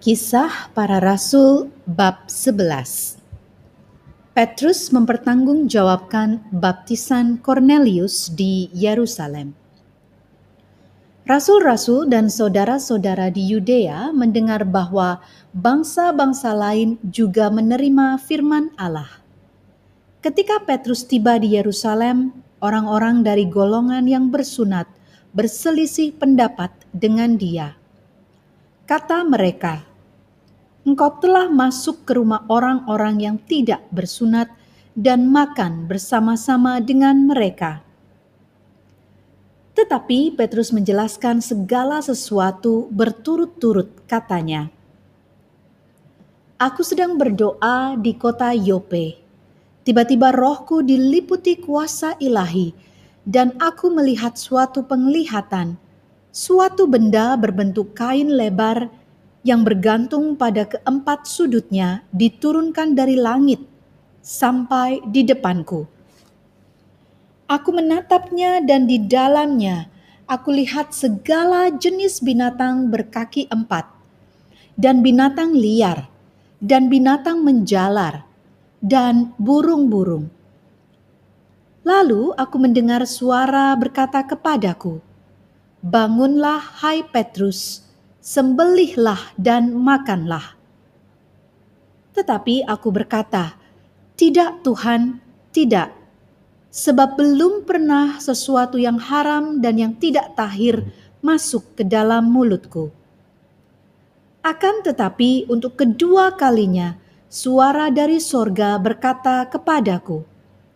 Kisah Para Rasul bab 11. Petrus mempertanggungjawabkan baptisan Kornelius di Yerusalem. Rasul-rasul dan saudara-saudara di Yudea mendengar bahwa bangsa-bangsa lain juga menerima firman Allah. Ketika Petrus tiba di Yerusalem, orang-orang dari golongan yang bersunat berselisih pendapat dengan dia. Kata mereka, "Engkau telah masuk ke rumah orang-orang yang tidak bersunat dan makan bersama-sama dengan mereka." Tetapi Petrus menjelaskan segala sesuatu berturut-turut, katanya, "Aku sedang berdoa di kota Yope. Tiba-tiba rohku diliputi kuasa ilahi, dan aku melihat suatu penglihatan, suatu benda berbentuk kain lebar yang bergantung pada keempat sudutnya diturunkan dari langit sampai di depanku. Aku menatapnya dan di dalamnya aku lihat segala jenis binatang berkaki empat, dan binatang liar, dan binatang menjalar, dan burung-burung. Lalu aku mendengar suara berkata kepadaku, 'Bangunlah, hai Petrus, sembelihlah dan makanlah.' Tetapi aku berkata, 'Tidak Tuhan, tidak, sebab belum pernah sesuatu yang haram dan yang tidak tahir masuk ke dalam mulutku.' Akan tetapi untuk kedua kalinya suara dari sorga berkata kepadaku,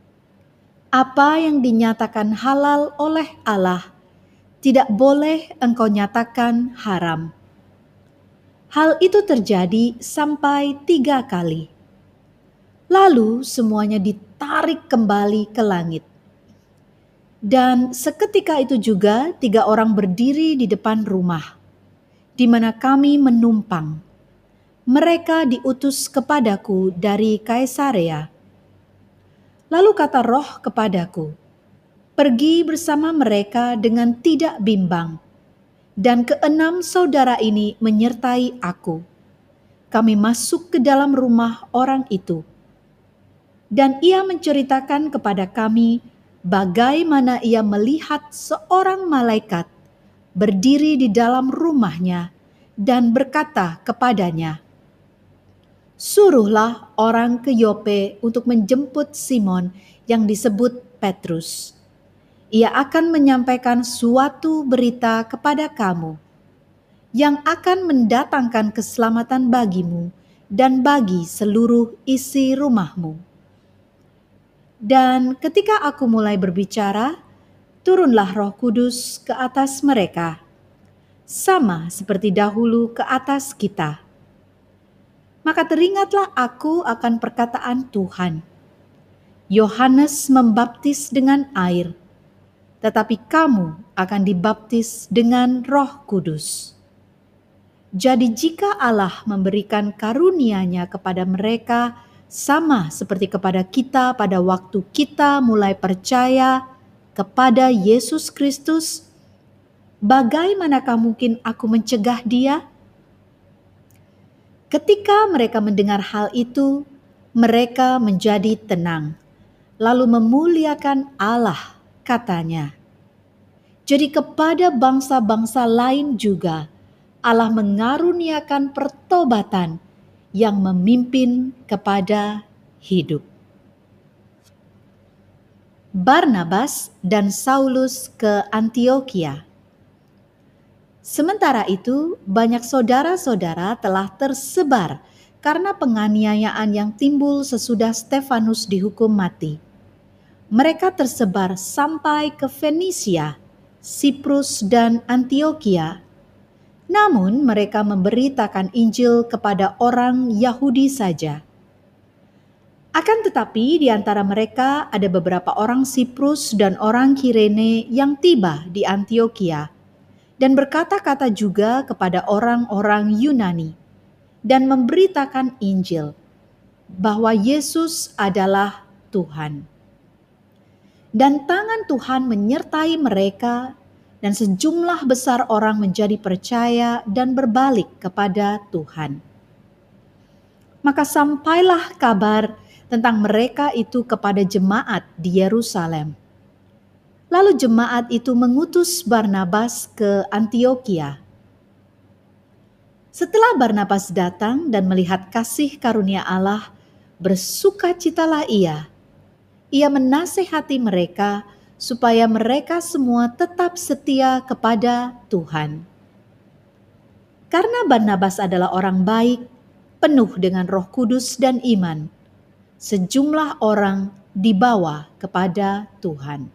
'Apa yang dinyatakan halal oleh Allah, tidak boleh engkau nyatakan haram.' Hal itu terjadi sampai 3 kali. Lalu semuanya ditarik kembali ke langit. Dan seketika itu juga 3 orang berdiri di depan rumah, di mana kami menumpang. Mereka diutus kepadaku dari Kaisarea. Lalu kata Roh kepadaku, 'Pergi bersama mereka dengan tidak bimbang.' Dan 6 saudara ini menyertai aku. Kami masuk ke dalam rumah orang itu. Dan ia menceritakan kepada kami bagaimana ia melihat seorang malaikat berdiri di dalam rumahnya dan berkata kepadanya, 'Suruhlah orang ke Yope untuk menjemput Simon yang disebut Petrus. Ia akan menyampaikan suatu berita kepada kamu yang akan mendatangkan keselamatan bagimu dan bagi seluruh isi rumahmu.' Dan ketika aku mulai berbicara, turunlah Roh Kudus ke atas mereka, sama seperti dahulu ke atas kita. Maka teringatlah aku akan perkataan Tuhan. Yohanes membaptis dengan air, tetapi kamu akan dibaptis dengan Roh Kudus. Jadi jika Allah memberikan karunia-Nya kepada mereka sama seperti kepada kita pada waktu kita mulai percaya kepada Yesus Kristus, bagaimanakah mungkin aku mencegah dia?" Ketika mereka mendengar hal itu, mereka menjadi tenang, lalu memuliakan Allah, katanya. Jadi kepada bangsa-bangsa lain juga Allah mengaruniakan pertobatan yang memimpin kepada hidup. Barnabas dan Saulus ke Antiokhia. Sementara itu, banyak saudara-saudara telah tersebar karena penganiayaan yang timbul sesudah Stefanus dihukum mati. Mereka tersebar sampai ke Fenisia, Siprus, dan Antiokhia. Namun mereka memberitakan Injil kepada orang Yahudi saja. Akan tetapi di antara mereka ada beberapa orang Siprus dan orang Kirene yang tiba di Antiokhia dan berkata-kata juga kepada orang-orang Yunani dan memberitakan Injil bahwa Yesus adalah Tuhan. Dan tangan Tuhan menyertai mereka dan sejumlah besar orang menjadi percaya dan berbalik kepada Tuhan. Maka sampailah kabar tentang mereka itu kepada jemaat di Yerusalem. Lalu jemaat itu mengutus Barnabas ke Antiokhia. Setelah Barnabas datang dan melihat kasih karunia Allah, bersukacitalah ia. Ia menasehati mereka supaya mereka semua tetap setia kepada Tuhan. Karena Barnabas adalah orang baik, penuh dengan Roh Kudus dan iman, sejumlah orang dibawa kepada Tuhan.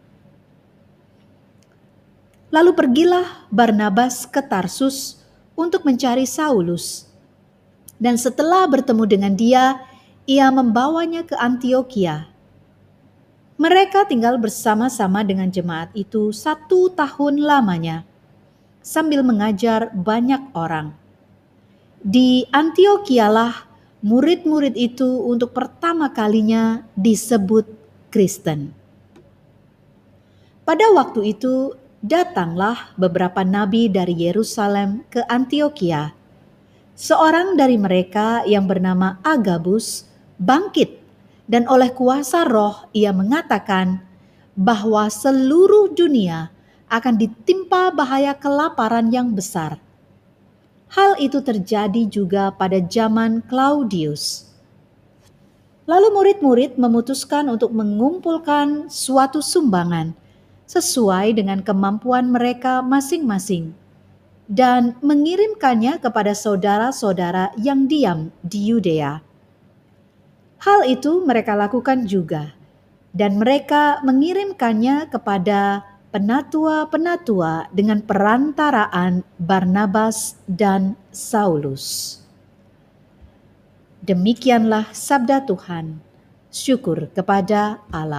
Lalu pergilah Barnabas ke Tarsus untuk mencari Saulus. Dan setelah bertemu dengan dia, ia membawanya ke Antiokhia. Mereka tinggal bersama-sama dengan jemaat itu 1 tahun lamanya, sambil mengajar banyak orang. Di Antiokhialah murid-murid itu untuk pertama kalinya disebut Kristen. Pada waktu itu datanglah beberapa nabi dari Yerusalem ke Antiokhia. Seorang dari mereka yang bernama Agabus bangkit, dan oleh kuasa Roh ia mengatakan bahwa seluruh dunia akan ditimpa bahaya kelaparan yang besar. Hal itu terjadi juga pada zaman Claudius. Lalu murid-murid memutuskan untuk mengumpulkan suatu sumbangan sesuai dengan kemampuan mereka masing-masing dan mengirimkannya kepada saudara-saudara yang diam di Yudea. Hal itu mereka lakukan juga, dan mereka mengirimkannya kepada penatua-penatua dengan perantaraan Barnabas dan Saulus. Demikianlah sabda Tuhan. Syukur kepada Allah.